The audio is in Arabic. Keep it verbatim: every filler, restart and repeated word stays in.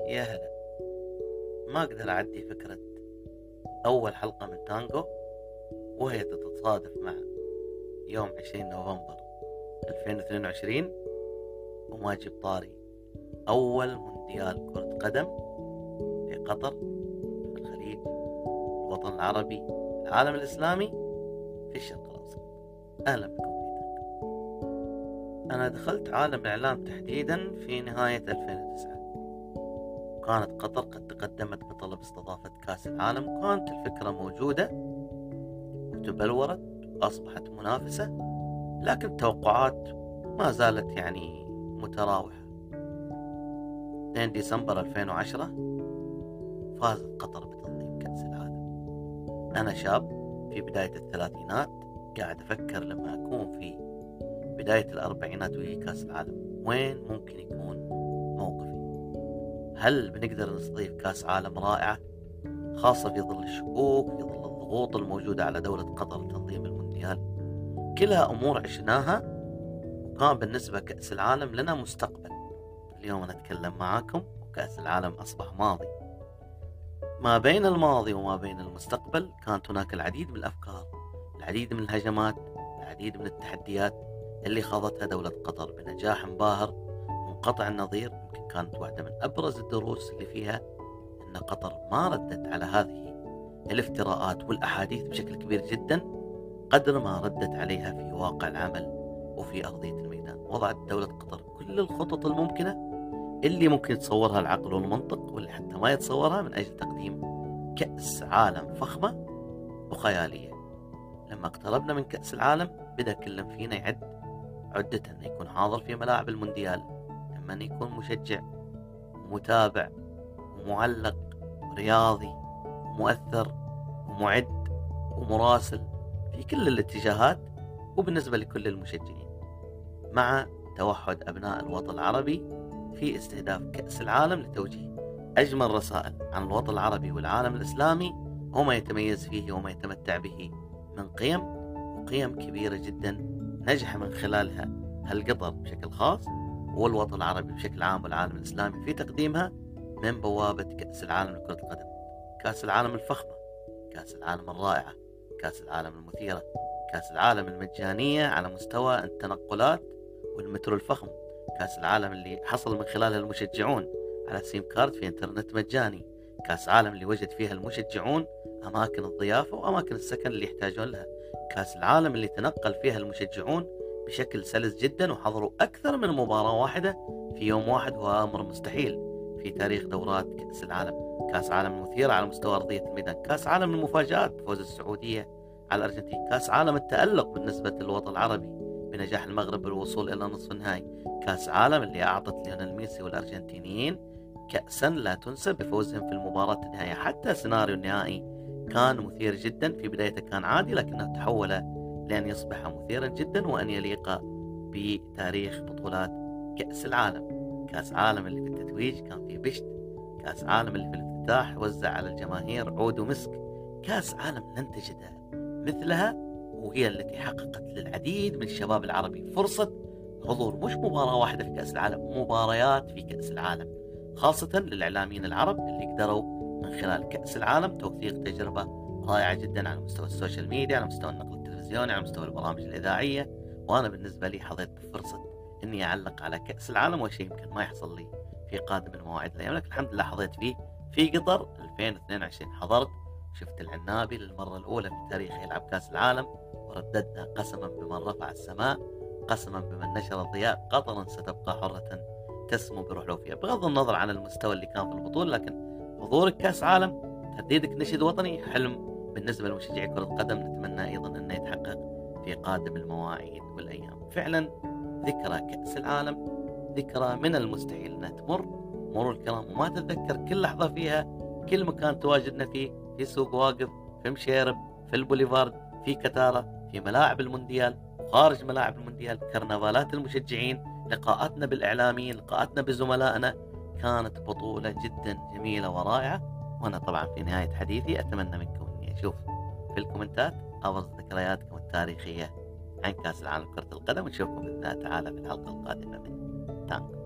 يا هلا. ما أقدر أعدي فكرة أول حلقة من تانجو وهي تتصادف مع يوم عشرين نوفمبر ألفين واثنين وعشرين وما أجيب طاري أول مونديال كرة قدم في قطر، في الخليج، الوطن العربي، العالم الإسلامي، في الشرق الأوسط. أهلا بكم في تانجو. أنا دخلت عالم الإعلام تحديدا في نهاية ألفين وتسعة، وكانت قطر قد تقدمت بطلب استضافة كأس العالم، وكانت الفكرة موجودة وتبلورت وأصبحت منافسة، لكن التوقعات ما زالت يعني متراوحة. اثنين ديسمبر ألفين وعشرة فازت قطر بتنظيم كأس العالم. أنا شاب في بداية الثلاثينات قاعد أفكر لما أكون في بداية الأربعينات ويجي كأس العالم وين ممكن يكون موقفي. هل بنقدر نستضيف كأس عالم رائعة، خاصة في ظل الشكوك، في ظل الضغوط الموجودة على دولة قطر لتنظيم المونديال؟ كلها أمور عشناها، وكان بالنسبة كأس العالم لنا مستقبل. اليوم أنا أتكلم معاكم وكأس العالم أصبح ماضي. ما بين الماضي وما بين المستقبل كانت هناك العديد من الأفكار، العديد من الهجمات، العديد من التحديات اللي خاضتها دولة قطر بنجاح باهر منقطع النظير. يمكن كانت واحدة من أبرز الدروس اللي فيها أن قطر ما ردت على هذه الافتراءات والأحاديث بشكل كبير جدا قدر ما ردت عليها في واقع العمل وفي أرضية الميدان. وضعت دولة قطر كل الخطط الممكنة اللي ممكن يتصورها العقل والمنطق واللي حتى ما يتصورها من أجل تقديم كأس عالم فخمة وخيالية. لما اقتربنا من كأس العالم بدأ كل فينا يعد عدة أنه يكون حاضر في ملاعب المونديال، لما أن يكون مشجع ومتابع ومعلق ورياضي ومؤثر ومعد ومراسل في كل الاتجاهات، وبالنسبة لكل المشجعين، مع توحد أبناء الوطن العربي في استهداف كأس العالم لتوجيه أجمل رسائل عن الوطن العربي والعالم الإسلامي وما يتميز فيه وما يتمتع به من قيم وقيم كبيرة جدا نجح من خلالها هالقطر بشكل خاص والوطن العربي بشكل عام والعالم الإسلامي في تقديمها من بوابة كأس العالم لكرة القدم. كأس العالم الفخمة، كأس العالم الرائعة، كأس العالم المثيرة، كأس العالم المجانية على مستوى التنقلات والمترو الفخم، كأس العالم اللي حصل من خلالها المشجعون على سيم كارد في انترنت مجاني، كأس العالم اللي وجد فيها المشجعون أماكن الضيافة وأماكن السكن اللي يحتاجون لها، كأس العالم اللي تنقل فيها المشجعون بشكل سلس جدا وحضروا أكثر من مباراة واحدة في يوم واحد، وهو أمر مستحيل في تاريخ دورات كأس العالم. كأس عالم مثيرة على مستوى أرضية الميدان، كأس عالم المفاجآت بفوز السعودية على الأرجنتين، كأس عالم التألق بالنسبة للوطن العربي بنجاح المغرب بالوصول إلى نصف النهائي، كأس عالم اللي أعطت ليونيل ميسي والأرجنتينيين كأسا لا تنسى بفوزهم في المباراة النهائية. حتى سيناريو النهائي كان مثير جدا، في بدايته كان عادي لكنه تحول لأن يصبح مثيرا جدا وأن يليق بتاريخ بطولات كأس العالم. كأس عالم اللي في التتويج كان فيه بشت، كأس عالم اللي في الافتتاح وزع على الجماهير عود ومسك، كأس عالم لن تجد مثلها، وهي التي حققت للعديد من الشباب العربي فرصة حضور مش مباراة واحدة في كأس العالم، مباريات في كأس العالم، خاصة للإعلاميين العرب اللي قدروا من خلال كأس العالم توثيق تجربة رائعة جدا على مستوى السوشيال ميديا، على مستوى النقل التلفزيوني، على مستوى البرامج الإذاعية. وأنا بالنسبة لي حظيت بفرصة إني أعلق على كأس العالم، وشيء يمكن ما يحصل لي في قادم المواعيد الأيام، لكن الحمد لله حظيت فيه في قطر ألفين واثنين وعشرين. حضرت شفت العنابي للمرة الأولى في تاريخه يلعب كأس العالم، ورددنا قسما بمن رفع السماء، قسما بمن نشر الضياء، قطرا ستبقى حرة تسمو بروح لو فيها. بغض النظر عن المستوى اللي كان في البطولة، لكن حضورك كأس عالم، ترديدك نشيد وطني، حلم بالنسبة لمشجعي كرة القدم نتمنى أيضا أنه يتحقق في قادم المواعيد والأيام. فعلا ذكرى كأس العالم ذكرى من المستحيل أنها تمر مرور الكرام وما تتذكر كل لحظة فيها، كل مكان تواجدنا فيه، في سوق واقف، في مشيرب، في البوليفارد، في كتارة، في ملاعب المونديال وخارج ملاعب المونديال، كرنفالات المشجعين، لقاءاتنا بالإعلاميين، لقاءاتنا بزملائنا. كانت بطولة جدا جميلة ورائعة. وأنا طبعا في نهاية حديثي أتمنى منكم أني أشوف في الكومنتات أبرز ذكرياتكم التاريخية عن كأس العالم كرة القدم، ونشوفكم بإذن الله تعالى في الحلقة القادمة من تانجو.